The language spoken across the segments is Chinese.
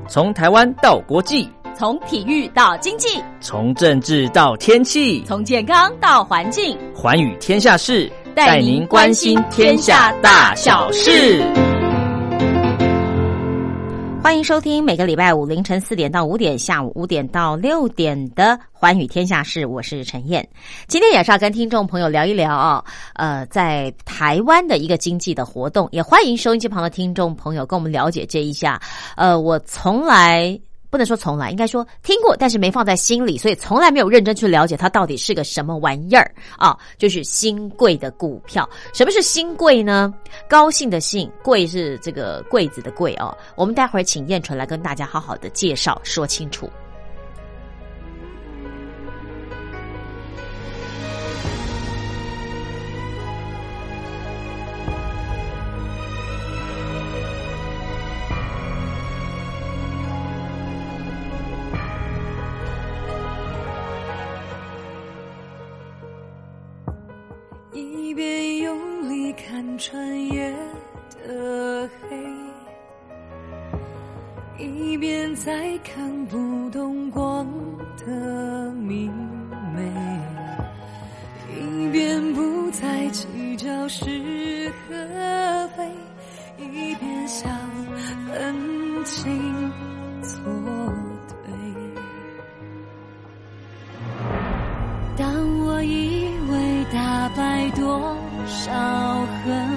从台湾到国际， 从体育到经济， 从政治到天气， 从健康到环境， 寰宇天下事， 带您关心天下大小事。欢迎收听每个礼拜五凌晨4点到5点，下午5点到6点的寰宇天下事，我是陈燕。今天也是要跟听众朋友聊一聊在台湾的一个经济的活动，也欢迎收音机旁的听众朋友跟我们了解这一下。我从来不能说从来，应该说听过，但是没放在心里，所以从来没有认真去了解它到底是个什么玩意儿啊！就是新贵的股票。什么是新贵呢？高兴的兴，贵是这个柜子的柜哦。我们待会儿请燕纯来跟大家好好的介绍说清楚。 一边用力看穿夜的黑，一边再看不懂光的明媚，一边不再计较是和非，一边想分清错对。当我以为打败多少恨，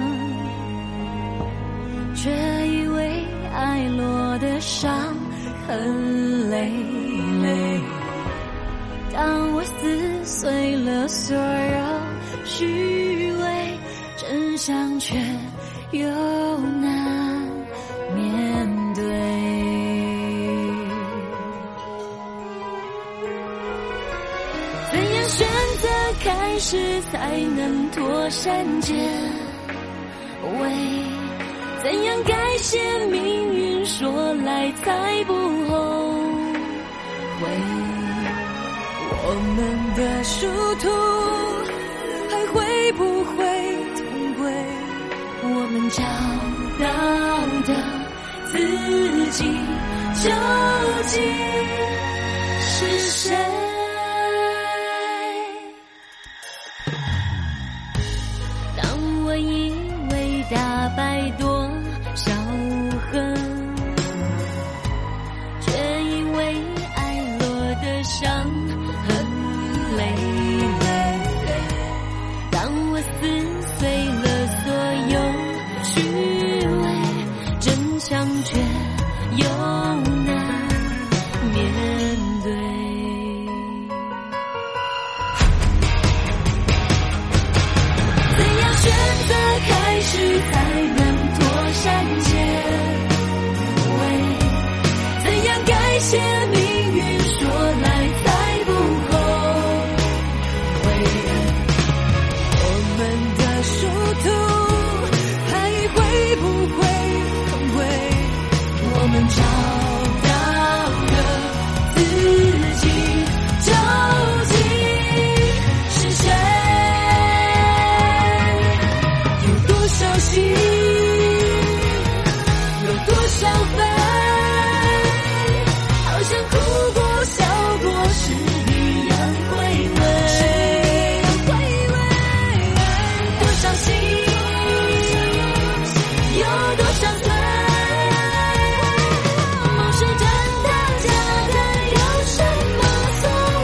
却以为爱落的伤很累累。当我撕碎了所有虚伪，真相却又难面对。怎样选择开始才能脱善结尾？怎样改写命运说来才不后悔？我们的殊途还会不会同归？我们找到的自己究竟是谁？当我以为打败多少恨，却因为爱落的伤很累累。当我撕碎了所有虚伪，真相却又难面对。怎样选择开始才能脱善结尾？怎样改写命运说来才不后悔？我们的殊途还会不会同归？我们找到的自己究竟是谁？有多少心，有多少悲，好像哭过笑过是一样回味。多少心，有多少罪，梦是真的假的有什么所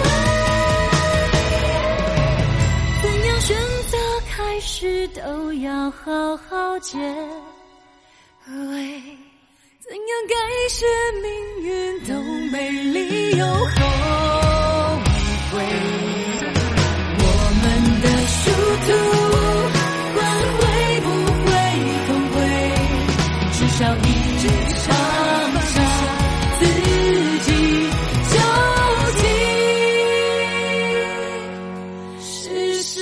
谓？怎样选择开始都要好好结尾，怎样改写命运都没理由后悔。我们的殊途还会不会同归？至少一直尝尝自己究竟是谁。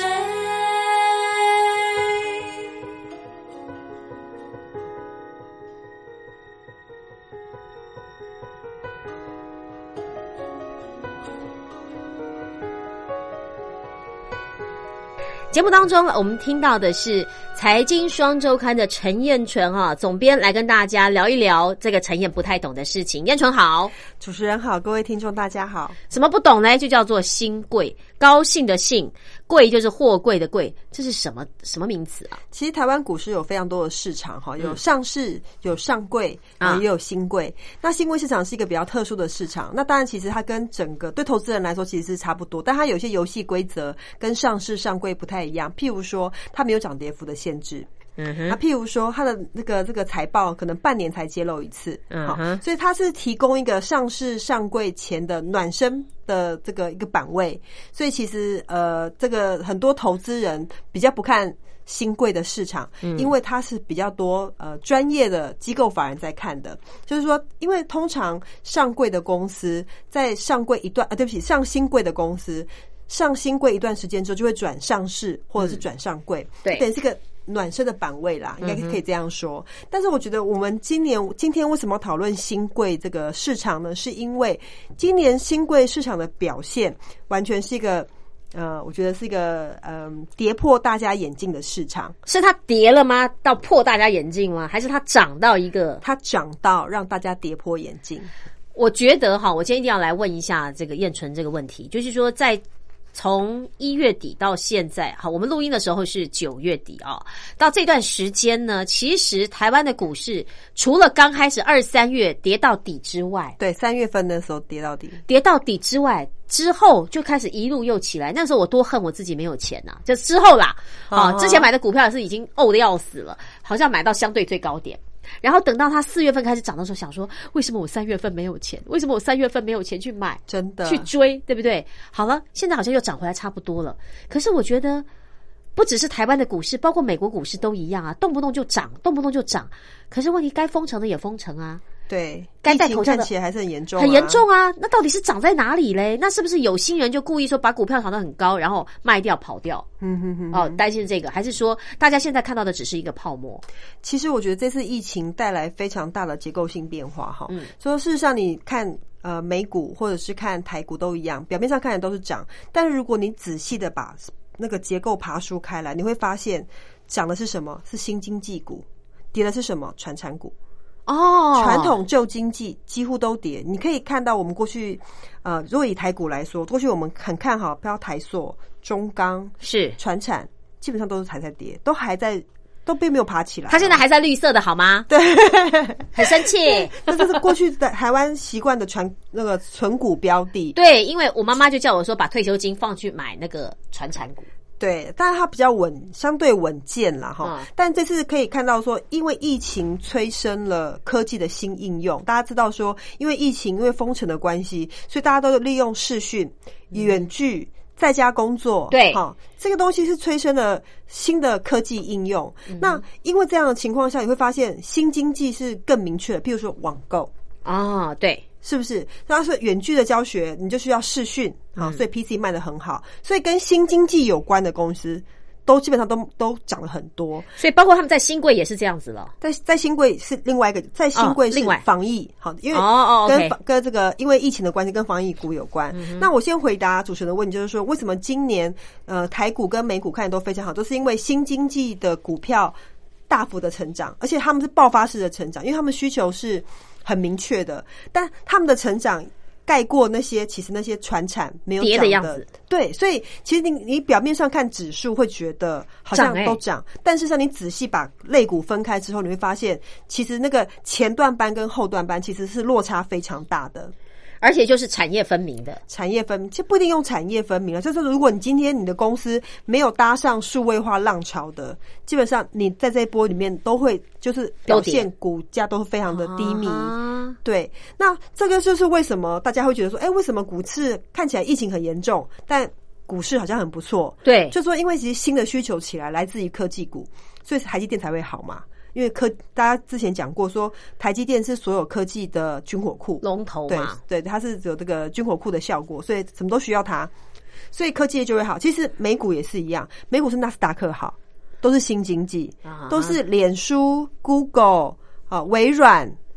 节目当中我们听到的是财经双周刊的陈彦纯总编来跟大家聊一聊这个陈彦不太懂的事情。彦纯好。 主持人好，各位听众大家好。 什么不懂呢？就叫做兴柜，高兴的兴，柜就是货柜的柜，这是什么名词啊？ 其实台湾股市有非常多的市场有上市，有上柜，也有新柜。那新柜市场是一个比较特殊的市场，那当然其实它跟整个对投资人来说其实是差不多，但它有些游戏规则跟上市上柜不太一样，譬如说它没有涨跌幅的限制。譬如说它的这个财报可能半年才揭露一次，所以它是提供一个上市上柜前的暖身的这个一个版位，所以其实这个很多投资人比较不看新柜的市场，因为它是比较多专业的机构法人在看的，就是说，因为通常上柜的公司在上柜一段对不起，上新柜的公司上新柜一段时间之后就会转上市或者是转上柜，对，等于是个暖身的版位啦，应该可以这样说。但是我觉得我们今天为什么要讨论新柜这个市场呢？是因为今年新柜市场的表现完全是一个我觉得是一个跌破大家眼镜的市场。 是它跌了吗？到破大家眼镜吗？还是它涨到它涨到让大家跌破眼镜？ 我觉得我今天一定要来问一下这个彦纯这个问题，就是说从1月底到现在，我们录音的时候是9月底到这段时间呢，其实台湾的股市除了刚开始2、3月跌到底之外， 对，3月份的时候跌到底之外，之后就开始一路又起来。那时候我多恨我自己没有钱就之后啦，之前买的股票是已经的要死了，好像买到相对最高点。然后等到它4月份开始涨的时候，想说为什么我3月份没有钱？为什么我3月份没有钱去买？ 真的去追，对不对？好了，现在好像又涨回来差不多了。可是我觉得不只是台湾的股市，包括美国股市都一样动不动就涨，动不动就涨。可是问题该封城的也封城啊。 对， 该戴口罩的看起来还是很严重很严重啊。那到底是涨在哪里嘞？那是不是有心人就故意说把股票炒得很高，然后卖掉跑掉？担心这个，还是说大家现在看到的只是一个泡沫？ 其实我觉得这次疫情带来非常大的结构性变化所以事实上你看美股或者是看台股都一样，表面上看起来都是涨，但是如果你仔细的把那个结构爬梳开来，你会发现涨的是什么？是新经济股，跌的是什么？传产股。传统旧经济几乎都跌。你可以看到我们过去如果以台股来说，过去我们很看好，包括台塑、中钢、是传产，基本上都是还在跌，都并没有爬起来。 它现在还在绿色的好吗？对，很生气。 这是过去在台湾习惯的那个存股标的。 对，因为我妈妈就叫我说把退休金放去买那个传产股。 对，但是它比较相对稳健啦但这次可以看到说，因为疫情催生了科技的新应用。大家知道说，因为疫情，因为封城的关系，所以大家都利用视讯、远距、在家工作。对，这个东西是催生了新的科技应用。那因为这样的情况下，你会发现新经济是更明确的，譬如说网购对。 是不是？那是远距的教学，你就需要视讯所以 PC 卖得很好，所以跟新经济有关的公司都基本上都涨了很多。 所以包括他们在新柜也是这样子了。 在新柜是另外一个，在新柜是防疫因为跟这个因为疫情的关系跟防疫股有关。那我先回答主持人的问题，就是说为什么今年台股跟美股看得都非常好，都是因为新经济的股票大幅的成长，而且他们是爆发式的成长，因为他们需求是很明确的，但他们的成长盖过其实那些传产没有涨的样子。对，所以其实你表面上看指数会觉得好像都涨，但事实上你仔细把类股分开之后，你会发现其实那个前段班跟后段班其实是落差非常大的。 而且就是产业分明的， 其实不一定用产业分明了，就是如果你今天你的公司没有搭上数位化浪潮的，基本上你在这一波里面都会就是表现股价都非常的低迷。对，那这个就是为什么大家会觉得说，为什么股市看起来疫情很严重，但股市好像很不错？对，就是说因为其实新的需求起来来自于科技股，所以台积电才会好嘛。因为大家之前讲过说，台积电是所有科技的军火库龙头嘛， 对，它是有这个军火库的效果，所以什么都需要它，所以科技业就会好。其实美股也是一样，美股是纳斯达克好，都是新经济，都是脸书、Google、微软、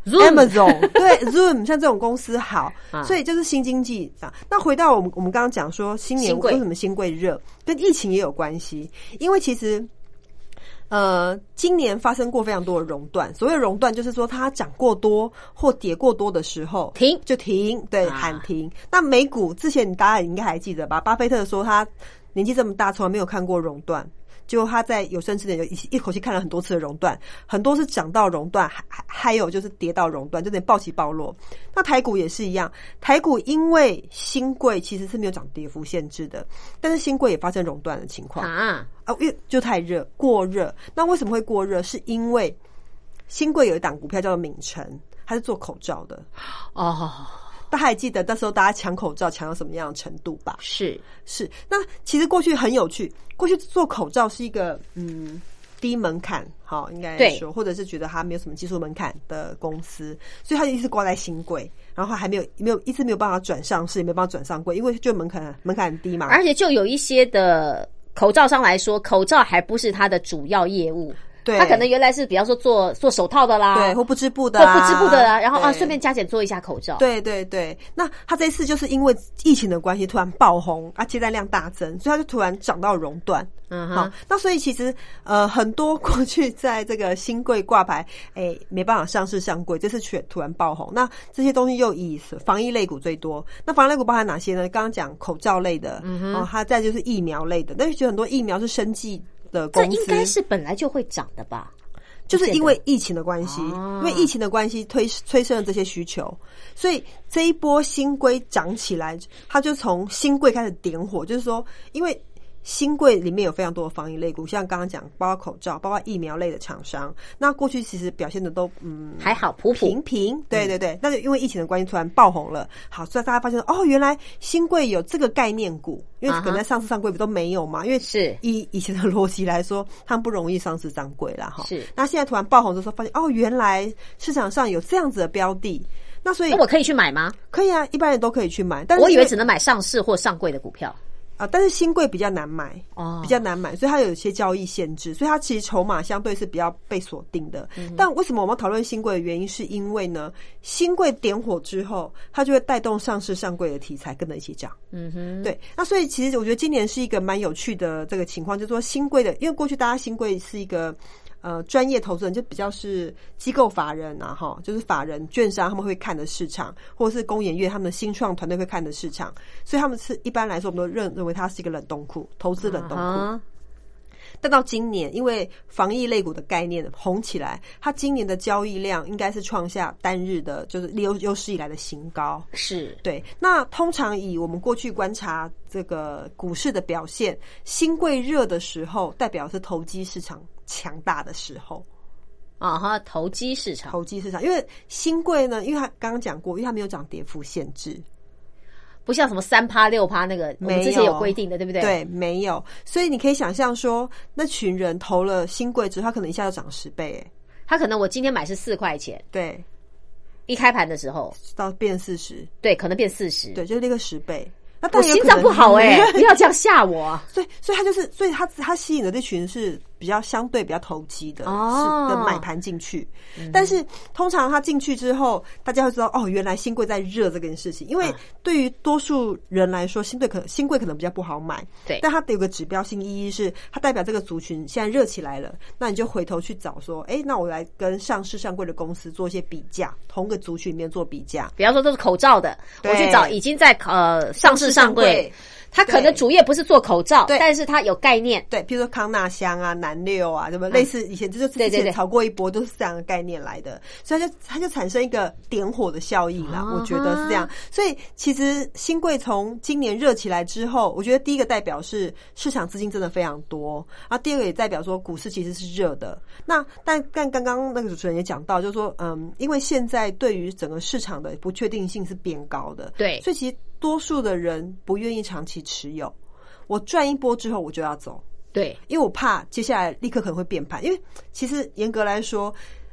Amazon 对 Zoom 像这种公司好，所以就是新经济啊。那回到我们刚刚讲说新年为什么新贵热，跟疫情也有关系，因为其实今年发生过非常多的熔断，所谓熔断就是说它涨过多或跌过多的时候停就停，对，喊停。那美股之前大家应该还记得吧？巴菲特说他年纪这么大从来没有看过熔断，结果他在有生之年就一口气看了很多次的熔断，很多是涨到熔断，还有就是跌到熔断，就等于暴起暴落。那台股也是一样，台股因为新贵其实是没有涨跌幅限制的，但是新贵也发生熔断的情况因为就太热，过热。那为什么会过热？是因为新贵有一档股票叫做敏成，它是做口罩的大家还记得那时候大家抢口罩抢到什么样的程度吧？是。那其实过去很有趣，过去做口罩是一个低门槛，好，应该说，或者是觉得它没有什么技术门槛的公司，所以它就一直挂在新贵，然后还没有一直没有办法转上市，也没有办法转上柜，因为就门槛很低嘛。 而且就有一些的口罩商来说，口罩还不是它的主要业务。他可能原来是比方说做手套的啦， 对，或不织布的啦，然后顺便加减做一下口罩。 对。那他这一次就是因为疫情的关系突然爆红接单量大增，所以他就突然涨到熔断。好，那所以其实很多过去在这个新贵挂牌没办法上市上柜，这次却突然爆红。那这些东西又以防疫类股最多。那防疫类股包含哪些呢？刚刚讲口罩类的，它再就是疫苗类的。但是很多疫苗是生技的公司， 这应该是本来就会涨的吧？ 就是因为疫情的关系，因为疫情的关系催生了这些需求，所以这一波新贵涨起来，它就从新贵开始点火，就是说，因为新贵里面有非常多的防疫类股，像刚刚讲，包括口罩，包括疫苗类的厂商。那过去其实表现的都还好，普平平。对。那就因为疫情的关系，突然爆红了。好，所以大家发现原来新贵有这个概念股，因为可能在上市上柜不都没有嘛？因为是以前的逻辑来说，他们不容易上市上柜啦。哈。 是。 那现在突然爆红的时候，发现原来市场上有这样子的标的。那所以我可以去买吗？ 可以啊，一般人都可以去买。但是我以为只能买上市或上柜的股票。 但是新贵比较难买，比较难买，所以它有一些交易限制，所以它其实筹码相对是比较被锁定的。但为什么我们要讨论新贵的原因，是因为呢，新贵点火之后，它就会带动上市上柜的题材跟着一起涨。对。那所以其实我觉得今年是一个蛮有趣的这个情况，就是说新贵的，因为过去大家新贵是一个专业投资人，就比较是机构法人啊，就是法人券商他们会看的市场，或者是工研院他们的新创团队会看的市场，所以他们是一般来说我们都认为它是一个冷冻库，投资冷冻库。但到今年，因为防疫类股的概念红起来，它今年的交易量应该是创下单日的就是有史以来的新高。 是。 对。那通常以我们过去观察这个股市的表现，新贵热的时候，代表是投机市场强大的时候。 投机市场， 因为新贵呢，因为他刚刚讲过，因为它没有涨跌幅限制。 不像什么3%、6%那个，我们之前有规定的，对不对？ 对，没有。所以你可以想象说，那群人投了新贵之后，他可能一下就涨10倍， 他可能我今天买是4块钱， 对， 一开盘的时候到变40， 对，可能变40， 对，就是那个10倍。那我心脏不好不要这样吓我。 所以他就是，所以他吸引的这群是比较相对比较投机的，是的买盘进去。但是通常他进去之后，大家会知道原来新贵在热这件事情。因为对于多数人来说，新贵可能比较不好买，对。但它有个指标性意义是，它代表这个族群现在热起来了，那你就回头去找说，那我来跟上市上柜的公司做一些比价，同个族群里面做比价。 比方说都是口罩的，我去找已经在上市上柜，他可能主业不是做口罩，但是他有概念， 对，比如说康纳香啊、南六啊，对不对？类似以前之前炒过一波，都是这样的概念来的，所以它就产生一个点火的效应啦，我觉得是这样。所以其实新贵从今年热起来之后，我觉得第一个代表是市场资金真的非常多，第二个也代表说股市其实是热的。但刚刚那个主持人也讲到，就是说因为现在对于整个市场的不确定性是变高的， 对， 所以其实多数的人不愿意长期持有，我赚一波之后我就要走， 对， 因为我怕接下来立刻可能会变盘。因为其实严格来说，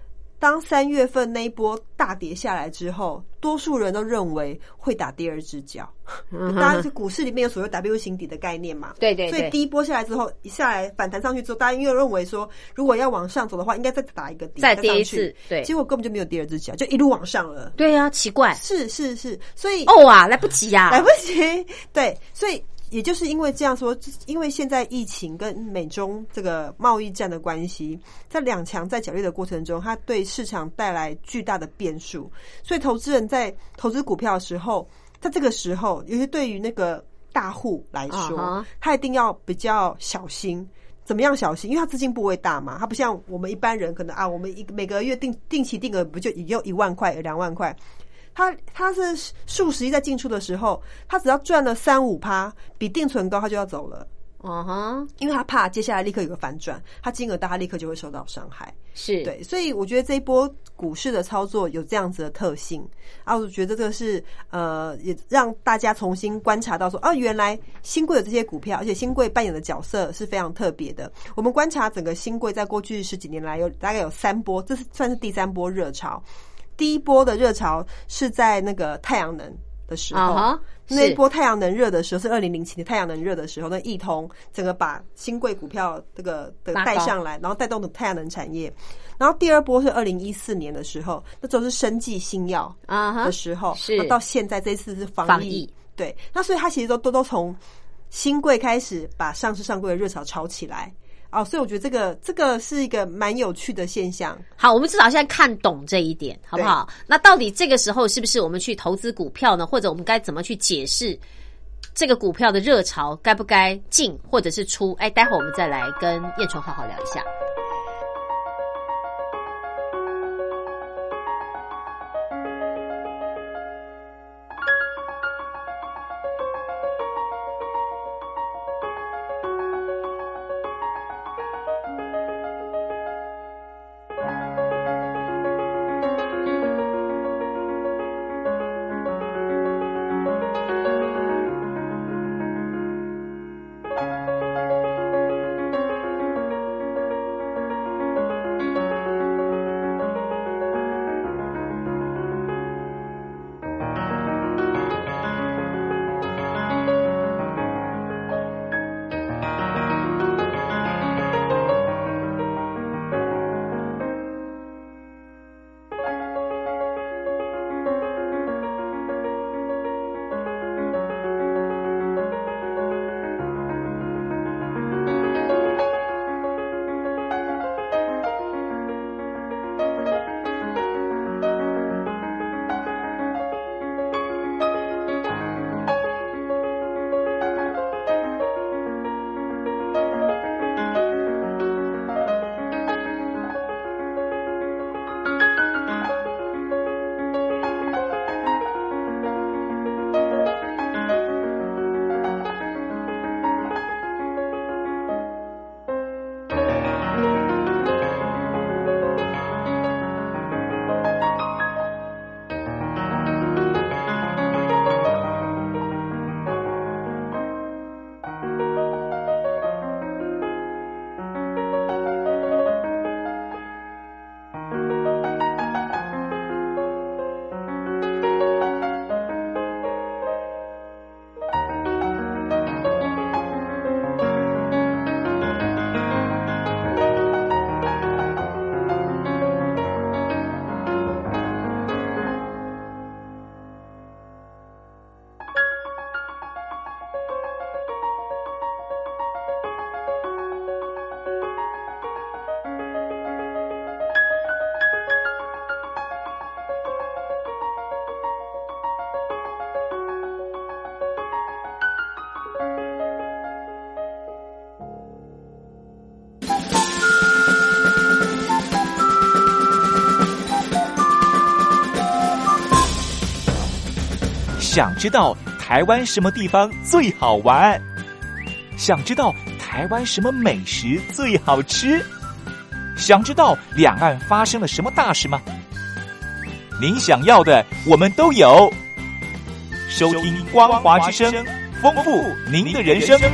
当3月份那一波大跌下来之后，多数人都认为会打第二只脚。当然，股市里面有所谓 W 型底的概念嘛， 对对对。 所以第一波下来之后，一下来反弹上去之后，大家又认为说，如果要往上走的话，应该再打一个底， 再跌一次，对。 结果根本就没有第二只脚，就一路往上了。 对啊，奇怪。 是，所以来不及啊， 来不及。对，所以。也就是因为这样说，因为现在疫情跟美中这个贸易战的关系，在两强在角力的过程中，它对市场带来巨大的变数，所以投资人在投资股票的时候，在这个时候，尤其对于那个大户来说，他一定要比较小心。怎么样小心？因为他资金部位大嘛，他不像我们一般人可能我们每个月定期定额不就也就1万块、2万块。他是数十亿在进出的时候，他只要赚了3-5%，比定存高，他就要走了。因为他怕接下来立刻有个反转，他金额大，他立刻就会受到伤害。 是对， 所以我觉得这一波股市的操作有这样子的特性我觉得这个是也让大家重新观察到说原来新贵的这些股票，而且新贵扮演的角色是非常特别的。我们观察整个新贵在过去10几年来大概有3波，这是算是第3波热潮。第一波的热潮是在那个太阳能的时候，那一波太阳能热的时候是2007年太阳能热的时候，那易通整个把新贵股票这个的带上来，然后带动的太阳能产业。然后第二波是2014年的时候，那时候是生技新药的时候，那到现在这次是防疫。对，那所以它其实都从新贵开始把上市上柜的热潮炒起来。所以我觉得这个是一个蛮有趣的现象。 好，我们至少现在看懂这一点，好不好？那到底这个时候是不是我们去投资股票呢？或者我们该怎么去解释这个股票的热潮该不该进或者是出？待会儿我们再来跟燕纯好好聊一下。 想知道台湾什么地方最好玩？想知道台湾什么美食最好吃？想知道两岸发生了什么大事吗？您想要的我们都有。收听光华之声，丰富您的人生。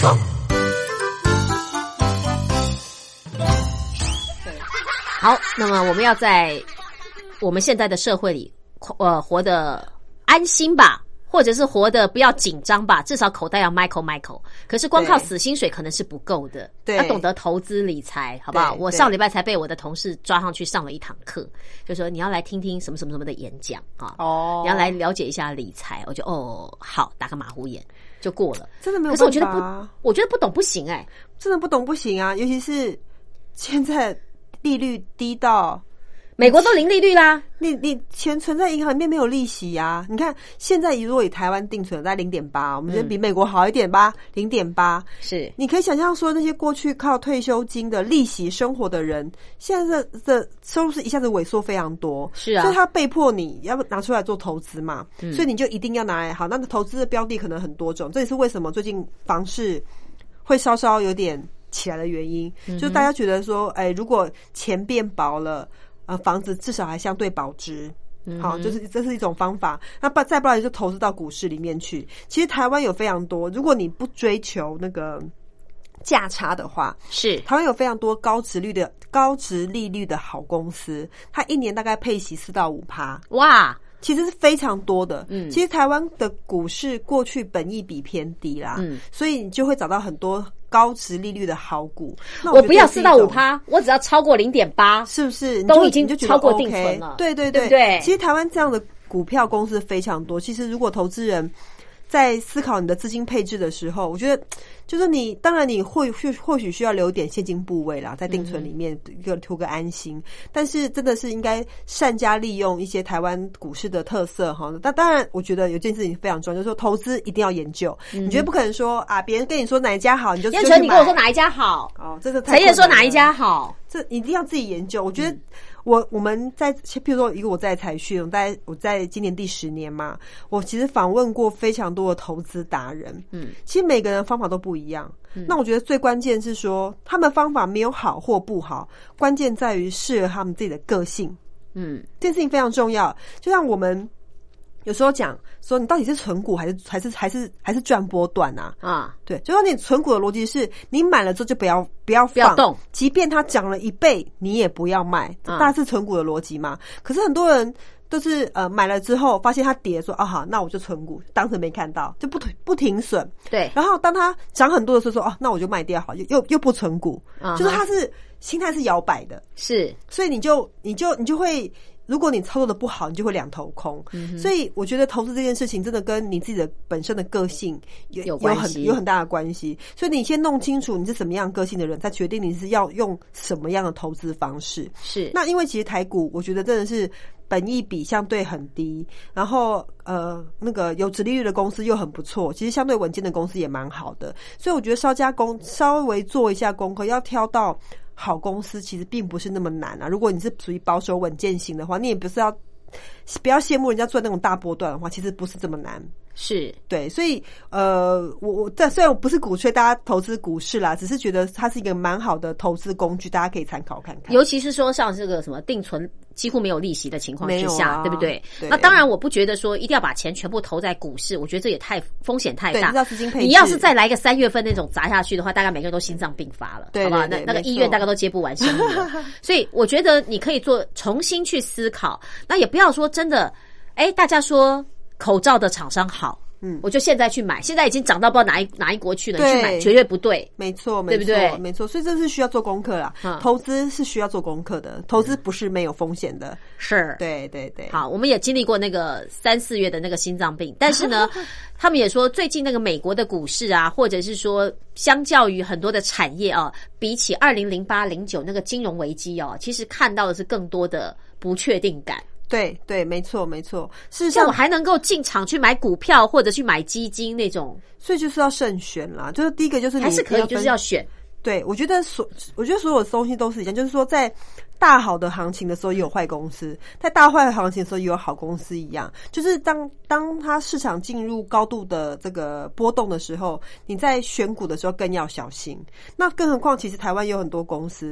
好，那么我们要在我们现在的社会里，活得安心吧，或者是活得不要紧张吧，至少口袋要 Michael。可是光靠死薪水可能是不够的， 对， 要懂得投资理财，好不好？我上礼拜才被我的同事抓上去上了一堂课，就说你要来听听什么什么什么的演讲啊，你要来了解一下理财。我就好，打个马虎眼就过了， 真的没有办法。 可是我觉得不懂不行真的不懂不行啊，尤其是现在利率低到美国都零利率啦， 你钱存在银行里面没有利息啊！你看现在如果以台湾定存在 0.8， 我们觉得比美国好一点吧，0.8是。你可以想象说那些过去靠退休金的利息生活的人，现在的收入是一下子萎缩非常多，是啊，所以他被迫你要拿出来做投资嘛，所以你就一定要拿来好。那投资的标的可能很多种，这也是为什么最近房市会稍稍有点起来的原因，就是大家觉得说，如果钱变薄了。房子至少还相对保值，好，就是这是一种方法。那再不然就投资到股市里面去。其实台湾有非常多，如果你不追求那个价差的话，是台湾有非常多高殖利率的好公司，它一年大概配息4到5%，哇！其实是非常多的。其实台湾的股市过去本益比偏低啦，所以你就会找到很多高殖利率的好股。 我不要4到5%，我只要超过 0.8， 是不是都已经超过定存了？ 对对对对。其实台湾这样的股票公司非常多。其实如果投资人在思考你的资金配置的时候，我觉得就是你当然你或许需要留点现金部位啦，在定存里面图个安心，但是真的是应该善加利用一些台湾股市的特色哈。那当然我觉得有件事情非常重要，就是说投资一定要研究，你觉得不可能说啊别人跟你说哪一家好你就去买。 燕纯你跟我说哪一家好，这是陈燕说哪一家好， 这一定要自己研究。我觉得我们在譬如说一个我在财讯，我在今年第10年嘛，我其实访问过非常多的投资达人，其实每个人方法都不一样。那我觉得最关键是说，他们方法没有好或不好，关键在于适合他们自己的个性。这件事情非常重要。就像我们有时候讲说，你到底是存股还是赚波段啊？对，就说你存股的逻辑是，你买了之后就不要放，即便它涨了1倍，你也不要卖，大概是存股的逻辑嘛。可是很多人都是买了之后发现它跌，说好，那我就存股，当成没看到，就不停损。对，然后当它涨很多的时候说那我就卖掉好，又不存股，就是它是心态是摇摆的，是，所以你就会。如果你操作的不好，你就会两头空。所以我觉得投资这件事情真的跟你自己的本身的个性有很大的关系。所以你先弄清楚你是什么样个性的人，再决定你是要用什么样的投资方式。是，那因为其实台股我觉得真的是本益比相对很低，然后那个有殖利率的公司又很不错，其实相对稳健的公司也蛮好的。所以我觉得稍微做一下功课，要挑到好公司其实并不是那么难啊。如果你是属于保守稳健型的话，你也不要羡慕人家赚那种大波段的话，其实不是这么难。是，对，所以虽然我不是鼓吹大家投资股市啦，只是觉得它是一个蛮好的投资工具，大家可以参考看看。 尤其是说像这个什么定存几乎没有利息的情况之下，对不对？那当然我不觉得说一定要把钱全部投在股市，我觉得这也风险太大。对，资金配置。你要是再来一个3月份那种砸下去的话，大概每个人都心脏病发了，对，好吧？那个医院大概都接不完生意了。所以我觉得你可以重新去思考，那也不要说真的，大家说口罩的厂商好。我就现在去买，现在已经涨到不知道哪一国去了，你去买绝对不对。没错，对不对？没错，所以这是需要做功课啦。投资是需要做功课的，投资不是没有风险的。是，对对对。好，我们也经历过那个3、4月的那个心脏病，但是呢，他们也说最近那个美国的股市啊，或者是说相较于很多的产业啊，比起2008、09那个金融危机哦，其实看到的是更多的不确定感。对对，没错没错。事实上，我还能够进场去买股票或者去买基金那种，所以就是要慎选啦。就是第一个就是你还是可以，就是要选。对，我觉得所有的东西都是一样，就是说在大好的行情的时候也有坏公司，在大坏的行情的时候也有好公司一样。就是当它市场进入高度的这个波动的时候，你在选股的时候更要小心。那更何况，其实台湾有很多公司。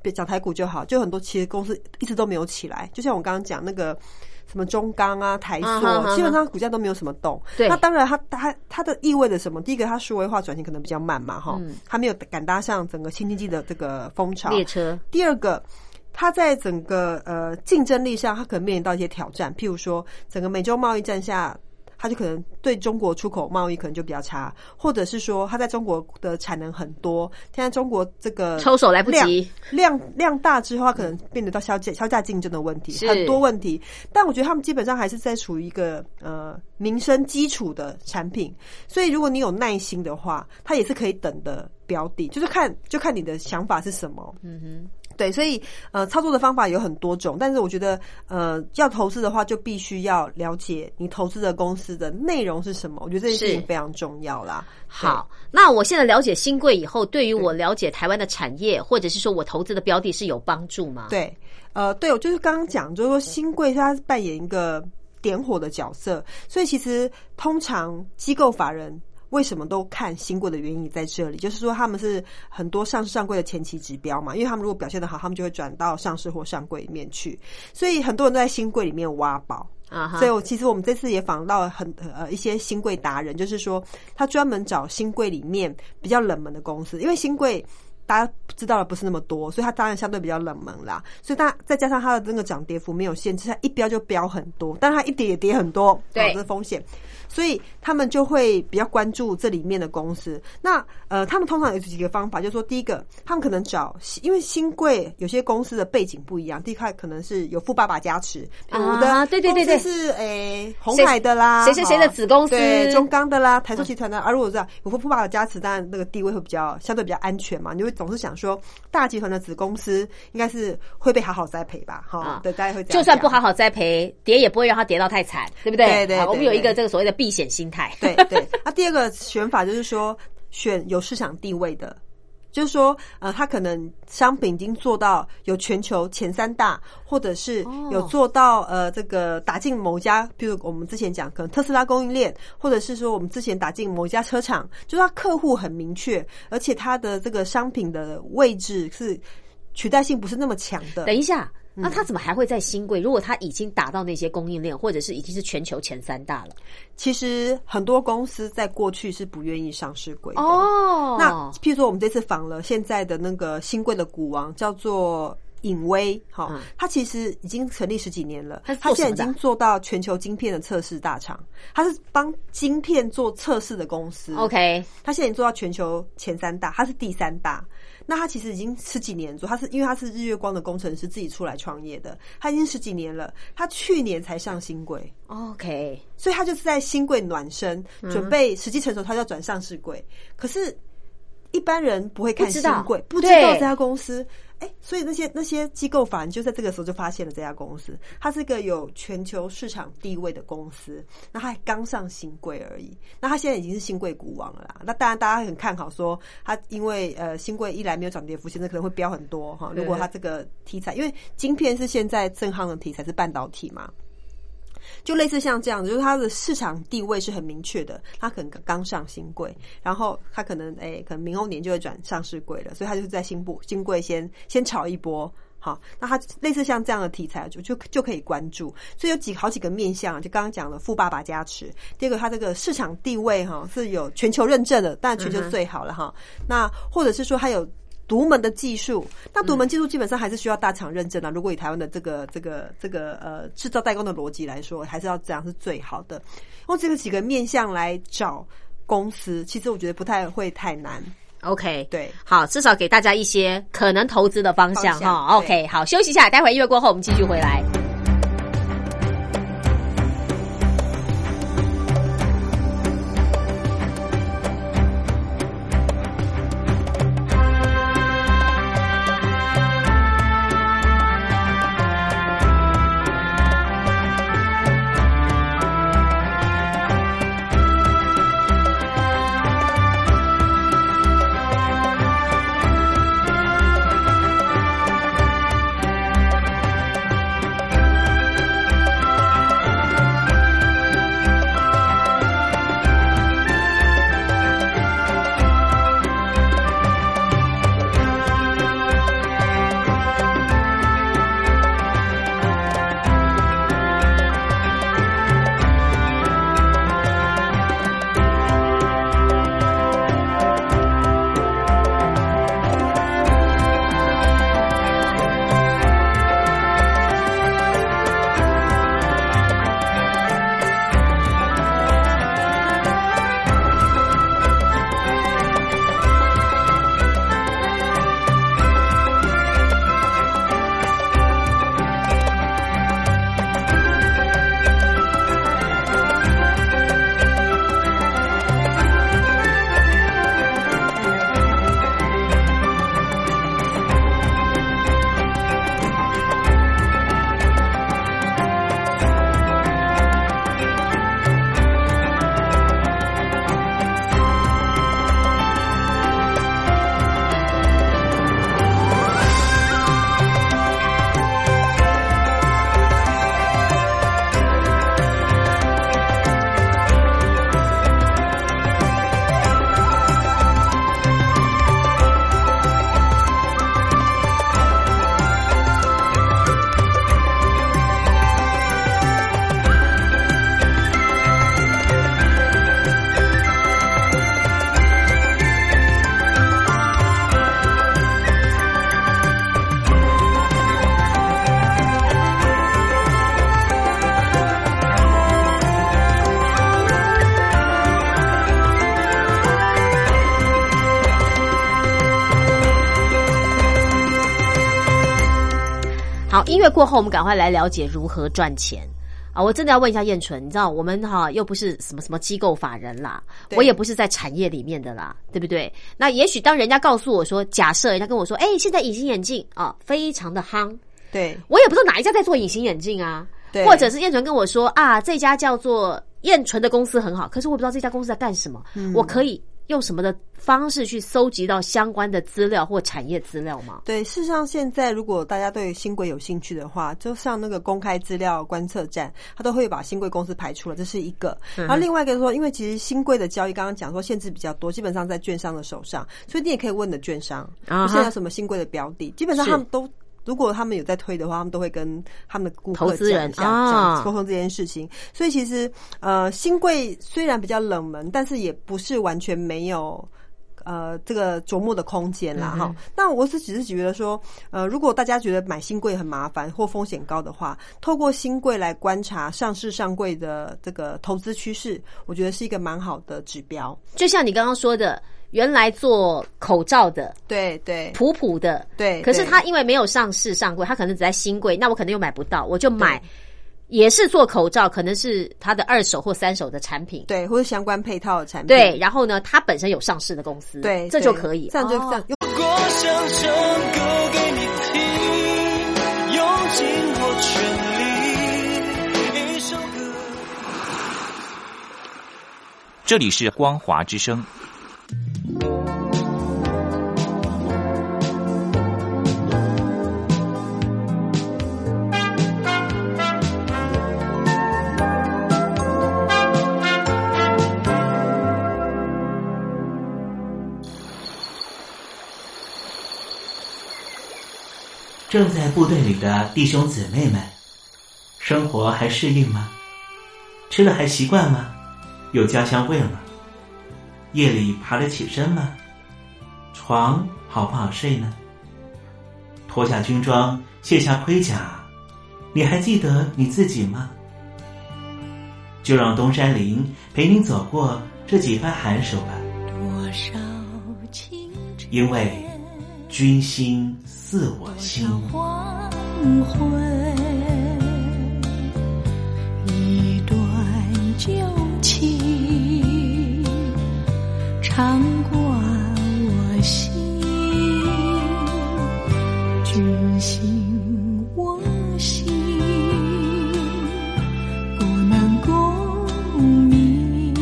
讲台股就好，就很多其实公司一直都没有起来，就像我刚刚讲那个什么中钢啊、台塑，基本上股价都没有什么动。 对， 那当然它的意味着什么？第一个，它数位化转型可能比较慢嘛，哈，它没有赶搭上整个新经济的这个风潮列车。 第二个，它在整个竞争力上，它可能面临到一些挑战，譬如说整个美洲贸易战下，它就可能对中国出口贸易可能就比较差，或者是说它在中国的产能很多，现在中国这个抽手来不及， 量大之后，它可能变得到销价竞争的问题，很多问题。但我觉得他们基本上还是在处于一个民生基础的产品，所以如果你有耐心的话，它也是可以等的标的，就是看你的想法是什么。嗯哼。对，所以操作的方法有很多种，但是我觉得要投资的话，就必须要了解你投资的公司的内容是什么。我觉得这件事情非常重要啦。 好，那我现在了解新贵以后，对于我了解台湾的产业，或者是说我投资的标的是有帮助吗？ 对，对，我就是刚刚讲，就是说新贵它扮演一个点火的角色，所以其实通常机构法人为什么都看新贵的原因在这里，就是说他们是很多上市上柜的前期指标嘛，因为他们如果表现得好，他们就会转到上市或上柜里面去，所以很多人都在新贵里面挖宝。所以其实我们这次也访到了一些新贵达人，就是说他专门找新贵里面比较冷门的公司，因为新贵大家知道的不是那么多，所以它当然相对比较冷门啦。所以再加上它的那个涨跌幅没有限制，它一标就标很多，但是它一跌也跌很多， 对， 这是风险。所以他们就会比较关注这里面的公司。那他们通常有几个方法，就是说第一个，他们可能因为新贵有些公司的背景不一样，第一个可能是有富爸爸加持，我的公司是鸿海的啦， 谁的子公司， 对，中钢的啦，台塑集团的。如果这样有富爸爸加持，当然那个地位会相对比较安全嘛，你会总是想说大集团的子公司应该是会被好好栽培吧，对，大家会这样， 就算不好好栽培，跌也不会让它跌到太惨，对不对？ 对， 我们有一个这个所谓的避险心态。 对。那第二个选法就是说选有市场地位的，就是说它可能商品已经做到有全球前3大，或者是有做到这个打进某家，比如我们之前讲可能特斯拉供应链，或者是说我们之前打进某一家车厂，就是它客户很明确，而且它的这个商品的位置是取代性不是那么强的。 等一下。那他怎么还会在新贵？如果他已经打到那些供应链，或者是已经是全球前3大了， 其实很多公司在过去是不愿意上市柜的。 那譬如说我们这次访了现在的那个新贵的股王，叫做颖威，它其实已经成立10几年了，它现在已经做到全球晶片的测试大厂，它是帮晶片做测试的公司。 OK， 它现在已经做到全球前3大，它是第3大。那他其实已经10几年做，因为他是日月光的工程师，自己出来创业的，他已经10几年了。他去年才上新柜 ，OK， 所以他就是在新柜暖身，准备时机成熟，他就要转上市柜。可是一般人不会看新柜，不知道这家公司。所以那些机构法人就在这个时候就发现了这家公司，它是一个有全球市场地位的公司，那它还刚上新柜而已，那它现在已经是新柜股王了啦。那当然大家很看好说它，因为新柜一来没有涨跌幅，现在可能会飙很多哈。如果它这个题材，因为晶片是现在正夯的题材，是半导体嘛。就类似像这样子，就是它的市场地位是很明确的，它可能刚上新柜，然后它可能可能明后年就会转上市柜了，所以它就是在新柜先炒一波。好，那它类似像这样的题材就可以关注，所以有好几个面向，就刚刚讲了富爸爸加持，第二个它这个市场地位是有全球认证的，当然全球最好了哈。那或者是说它有独门的技术，那独门技术基本上还是需要大厂认证的。如果以台湾的这个制造代工的逻辑来说，还是要这样是最好的。用这个几个面向来找公司，其实我觉得不太会太难。 OK， 对， 好，至少给大家一些可能投资的方向哈。OK， 好，休息一下，待会音乐过后我们继续回来。 好，音乐过后，我们赶快来了解如何赚钱。啊，我真的要问一下燕纯，你知道我们又不是什么机构法人啦，我也不是在产业里面的啦，对不对？那也许当人家告诉我说，假设人家跟我说，现在隐形眼镜啊非常的夯， 对， 我也不知道哪一家在做隐形眼镜啊，对，或者是燕纯跟我说啊，这家叫做燕纯的公司很好，可是我不知道这家公司在干什么，我可以用什么的方式去搜集到相关的资料或产业资料吗？ 对，事实上现在如果大家对新贵有兴趣的话，就像那个公开资料观测站，它都会把新贵公司排出来，这是一个。然后另外一个说，因为其实新贵的交易刚刚讲说限制比较多，基本上在券商的手上，所以你也可以问的券商，现在有什么新贵的标的，基本上他们都。如果他们有在推的话，他们都会跟他们的顾客投资人讲沟通这件事情。所以其实新贵虽然比较冷门，但是也不是完全没有这个琢磨的空间啦哈。那我只是觉得说如果大家觉得买新贵很麻烦或风险高的话，透过新贵来观察上市上柜的这个投资趋势，我觉得是一个蛮好的指标。 就像你刚刚说的，原来做口罩的， 对对， 普普的， 对， 可是他因为没有上市上柜，他可能只在新柜，那我可能又买不到，我就买也是做口罩，可能是他的2手或3手的产品， 对，或者相关配套的产品， 对，然后呢，他本身有上市的公司， 对， 这就可以， 这样就这样。 我想唱歌给你听，用尽我全力，一首歌。 这里是光华之声。 正在部队里的弟兄姊妹们，生活还适应吗？吃了还习惯吗？有家乡味吗？夜里爬得起身吗？床好不好睡呢？脱下军装，卸下盔甲，你还记得你自己吗？就让东山林陪您走过这几番寒暑吧。 多少青春， 因为君心似我心。 黄昏，一段旧情常挂我心，君心我心，不能共鸣，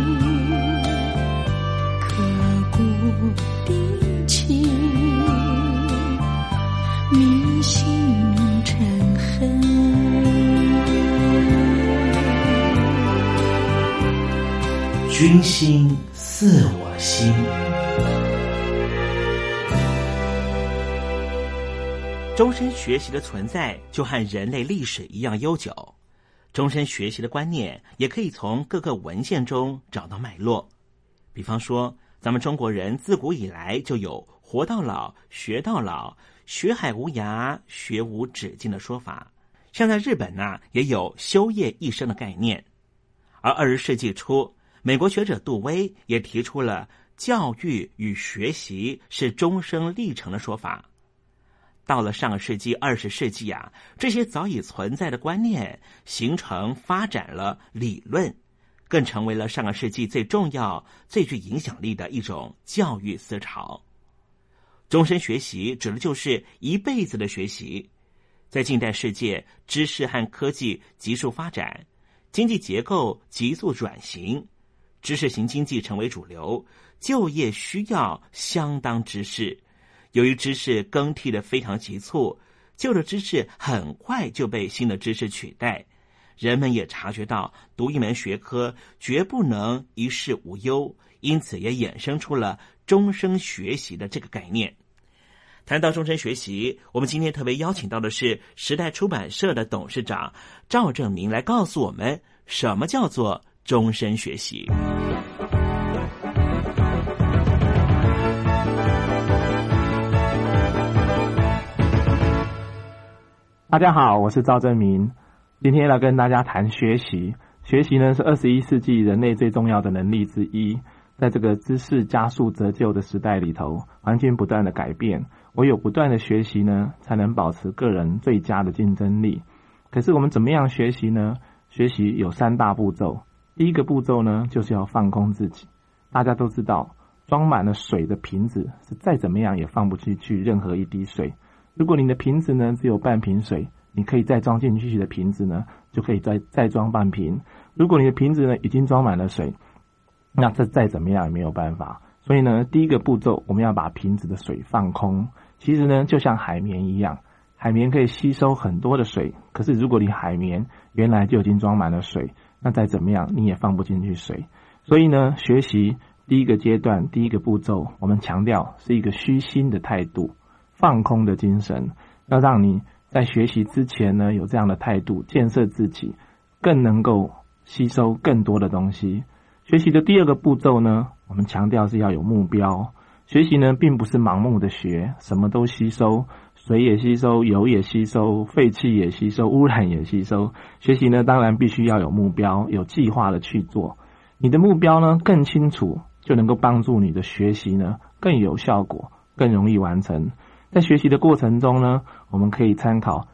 刻骨的情，铭心成恨。 君心似我心。 终身学习的存在就和人类历史一样悠久，终身学习的观念也可以从各个文献中找到脉络。比方说，咱们中国人自古以来就有活到老学到老，学海无涯学无止境的说法。像在日本也有修业一生的概念。而20世纪初，美国学者杜威也提出了教育与学习是终生历程的说法。到了上个世纪20世纪这些早已存在的观念形成发展了理论，更成为了上个世纪最重要最具影响力的一种教育思潮。终身学习指的就是一辈子的学习。在近代世界，知识和科技急速发展，经济结构急速转型，知识型经济成为主流，就业需要相当知识。由于知识更替的非常急促，旧的知识很快就被新的知识取代。人们也察觉到读一门学科绝不能一事无忧，因此也衍生出了终生学习的这个概念。谈到终身学习，我们今天特别邀请到的是时代出版社的董事长赵正明来告诉我们什么叫做终身学习。 大家好，我是赵正明，今天来跟大家谈学习。学习呢是21世纪人类最重要的能力之一。在这个知识加速折旧的时代里头，环境不断的改变， 唯有不断的学习呢，才能保持个人最佳的竞争力。可是我们怎么样学习呢？学习有3大步骤。第一个步骤呢，就是要放空自己。大家都知道，装满了水的瓶子是再怎么样也放不进去任何一滴水。如果你的瓶子呢只有半瓶水，你可以再装进去的瓶子呢，就可以再装半瓶。如果你的瓶子呢已经装满了水，那这再怎么样也没有办法。所以呢，第一个步骤我们要把瓶子的水放空。其实呢，就像海绵一样，海绵可以吸收很多的水，可是如果你海绵原来就已经装满了水，那再怎么样你也放不进去水。所以呢，学习第一个阶段，第一个步骤，我们强调是一个虚心的态度，放空的精神，要让你在学习之前呢有这样的态度，建设自己，更能够吸收更多的东西。学习的第二个步骤呢，我们强调是要有目标。学习呢并不是盲目的学，什么都吸收，水也吸收，油也吸收，废气也吸收，污染也吸收。学习呢当然必须要有目标，有计划的去做。你的目标呢更清楚，就能够帮助你的学习呢更有效果，更容易完成。在学习的过程中呢，我们可以参考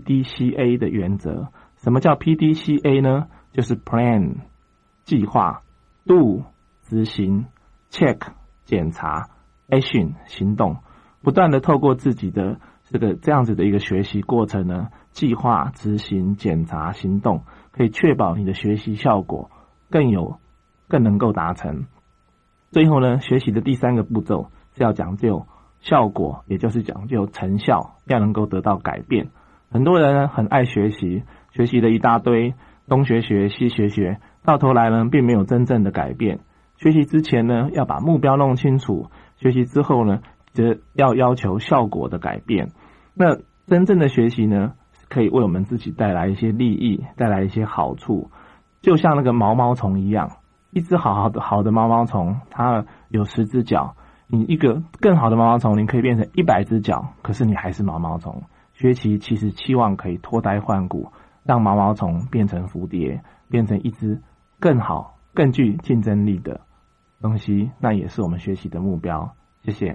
PDCA 的原则。什么叫 PDCA 呢？就是 Plan 计划， Do 执行， Check 检查， Action 行动。不断的透过自己的这样子的一个学习过程呢，计划、执行、检查、行动，可以确保你的学习效果更能够达成。最后呢，学习的第3个步骤是要讲究效果，也就是讲究成效，要能够得到改变。很多人呢很爱学习，学习了一大堆，东学学西学学，到头来呢并没有真正的改变。学习之前呢要把目标弄清楚，学习之后呢则要求效果的改变。那真正的学习呢可以为我们自己带来一些利益，带来一些好处。就像那个毛毛虫一样，一只好的毛毛虫，它有10只脚，你一个更好的毛毛虫，你可以变成100只脚，可是你还是毛毛虫。学习其实期望可以脱胎换骨，让毛毛虫变成蝴蝶，变成一只更好更具竞争力的东西，那也是我们学习的目标。谢谢。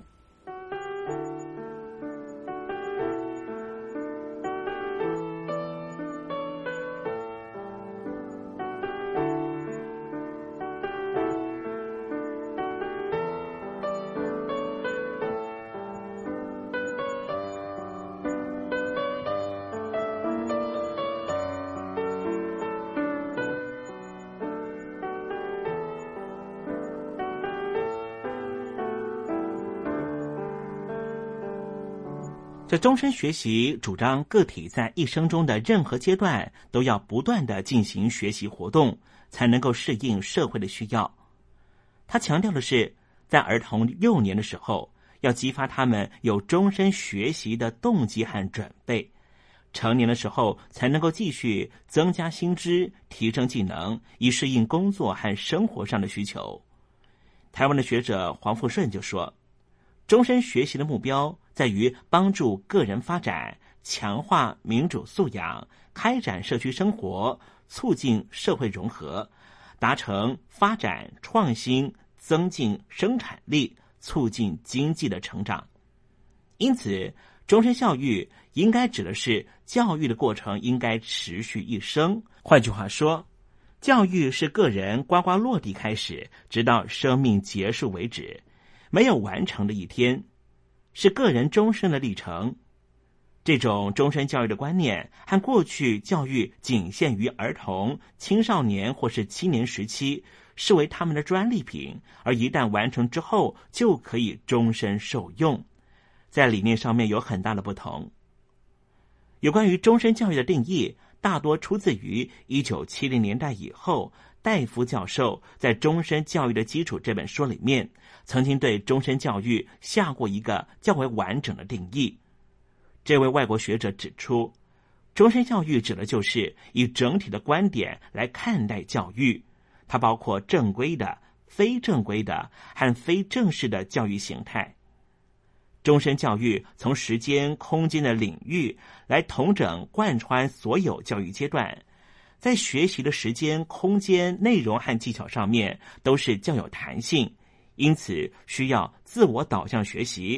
这终身学习主张个体在一生中的任何阶段都要不断的进行学习活动，才能够适应社会的需要。他强调的是，在儿童幼年的时候，要激发他们有终身学习的动机和准备，成年的时候才能够继续增加新知，提升技能，以适应工作和生活上的需求。台湾的学者黄富顺就说，终身学习的目标在于帮助个人发展，强化民主素养，开展社区生活，促进社会融合，达成发展创新，增进生产力，促进经济的成长。因此，终身教育应该指的是教育的过程应该持续一生。换句话说，教育是个人呱呱落地开始，直到生命结束为止，没有完成的一天，是个人终身的历程。这种终身教育的观念和过去教育仅限于儿童、青少年或是青年时期，视为他们的专利品，而一旦完成之后就可以终身受用，在理念上面有很大的不同。有关于终身教育的定义，大多出自于1970年代以后戴夫教授在《终身教育的基础》这本书里面，曾经对终身教育下过一个较为完整的定义。这位外国学者指出，终身教育指的就是以整体的观点来看待教育，它包括正规的、非正规的和非正式的教育形态。终身教育从时间、空间的领域来统整贯穿所有教育阶段，在学习的时间、空间、内容和技巧上面都是较有弹性，因此需要自我导向学习，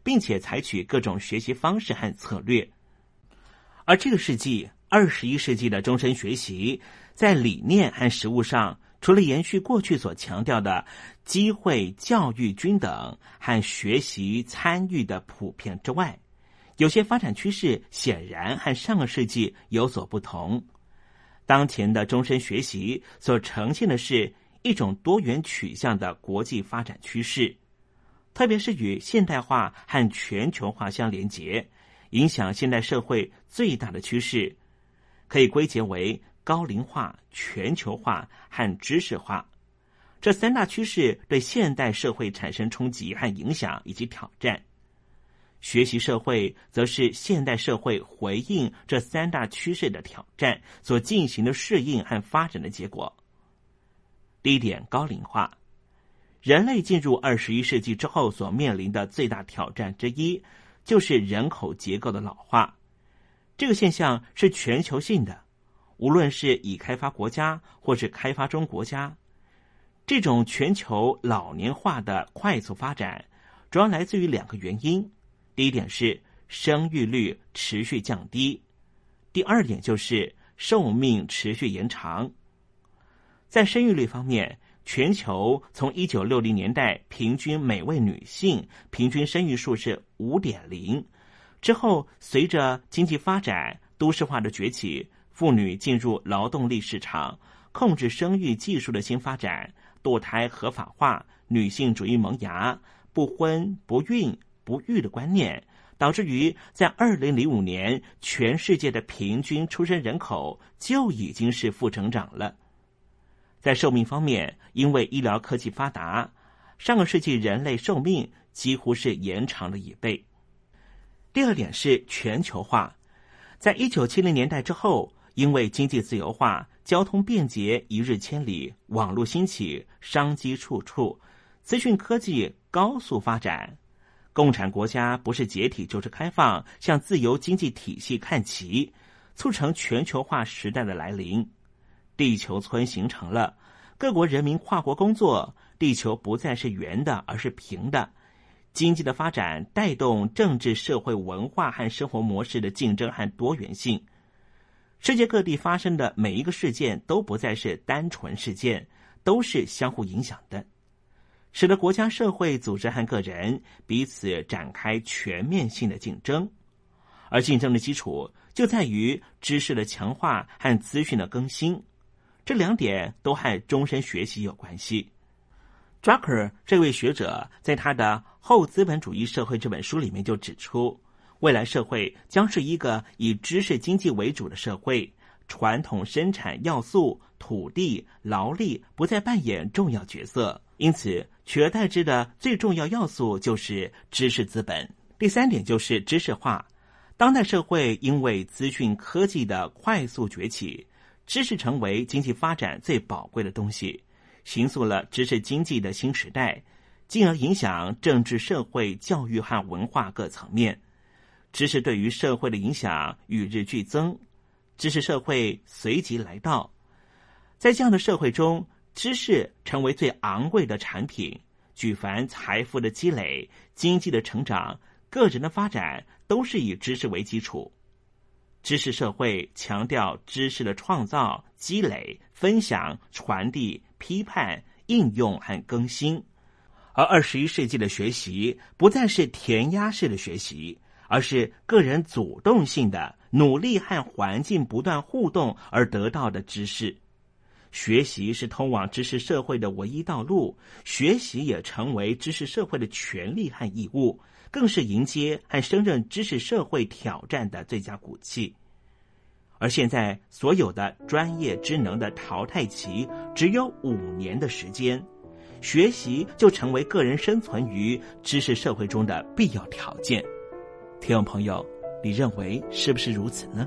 并且采取各种学习方式和策略。而这个世纪21世纪的终身学习，在理念和实务上，除了延续过去所强调的机会教育均等和学习参与的普遍之外，有些发展趋势显然和上个世纪有所不同。当前的终身学习所呈现的是一种多元取向的国际发展趋势，特别是与现代化和全球化相连结，影响现代社会最大的趋势，可以归结为高龄化、全球化和知识化。这三大趋势对现代社会产生冲击和影响以及挑战。学习社会则是现代社会回应这三大趋势的挑战所进行的适应和发展的结果。第一点，高龄化。人类进入21世纪之后所面临的最大挑战之一，就是人口结构的老化。这个现象是全球性的，无论是已开发国家或是开发中国家，这种全球老年化的快速发展，主要来自于两个原因。第一点是生育率持续降低，第二点就是寿命持续延长。在生育率方面，全球从1960年代平均每位女性平均生育数是 5.0， 之后随着经济发展、都市化的崛起，妇女进入劳动力市场，控制生育技术的新发展，堕胎合法化，女性主义萌芽，不婚不孕不育的观念，导致于在2005年全世界的平均出生人口就已经是负成长了。在寿命方面，因为医疗科技发达，上个世纪人类寿命几乎是延长了1倍。第二点是全球化。在1970年代之后，因为经济自由化，交通便捷一日千里，网络兴起，商机处处，资讯科技高速发展，共产国家不是解体就是开放，向自由经济体系看齐，促成全球化时代的来临。地球村形成了，各国人民跨国工作，地球不再是圆的，而是平的。经济的发展带动政治、社会、文化和生活模式的竞争和多元性。世界各地发生的每一个事件都不再是单纯事件，都是相互影响的，使得国家、社会、组织和个人彼此展开全面性的竞争。而竞争的基础就在于知识的强化和资讯的更新，这两点都和终身学习有关系。Drucker 这位学者在他的《后资本主义社会》这本书里面就指出，未来社会将是一个以知识经济为主的社会，传统生产要素土地、劳力不再扮演重要角色，因此取而代之的最重要要素就是知识资本。第三点就是知识化。当代社会因为资讯科技的快速崛起，知识成为经济发展最宝贵的东西，形塑了知识经济的新时代，进而影响政治、社会、教育和文化各层面。知识对于社会的影响与日俱增，知识社会随即来到。在这样的社会中，知识成为最昂贵的产品，举凡财富的积累、经济的成长、个人的发展，都是以知识为基础。知识社会强调知识的创造、积累、分享、传递、批判、应用和更新。而21世纪的学习不再是填鸭式的学习，而是个人主动性的努力和环境不断互动而得到的知识。学习是通往知识社会的唯一道路，学习也成为知识社会的权利和义务，更是迎接和胜任知识社会挑战的最佳武器。而现在所有的专业职能的淘汰期只有5年的时间，学习就成为个人生存于知识社会中的必要条件。听众朋友，你认为是不是如此呢？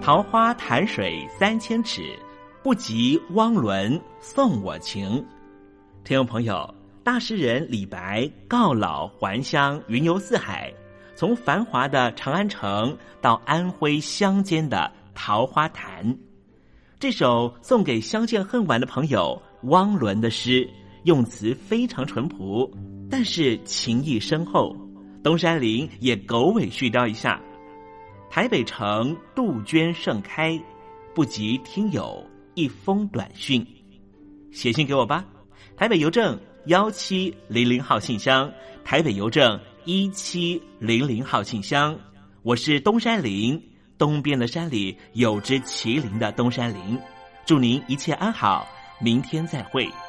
桃花潭水3000尺，不及汪伦送我情。听众朋友，大诗人李白告老还乡，云游四海，从繁华的长安城到安徽乡间的桃花潭。这首送给相见恨晚的朋友汪伦的诗，用词非常淳朴，但是情意深厚。东山林也狗尾续貂一下：台北城杜鹃盛开，不及听友一封短讯。写信给我吧，台北邮政1700号信箱，台北邮政1700号信箱。我是东山林，东边的山里有只麒麟的东山林。祝您一切安好，明天再会。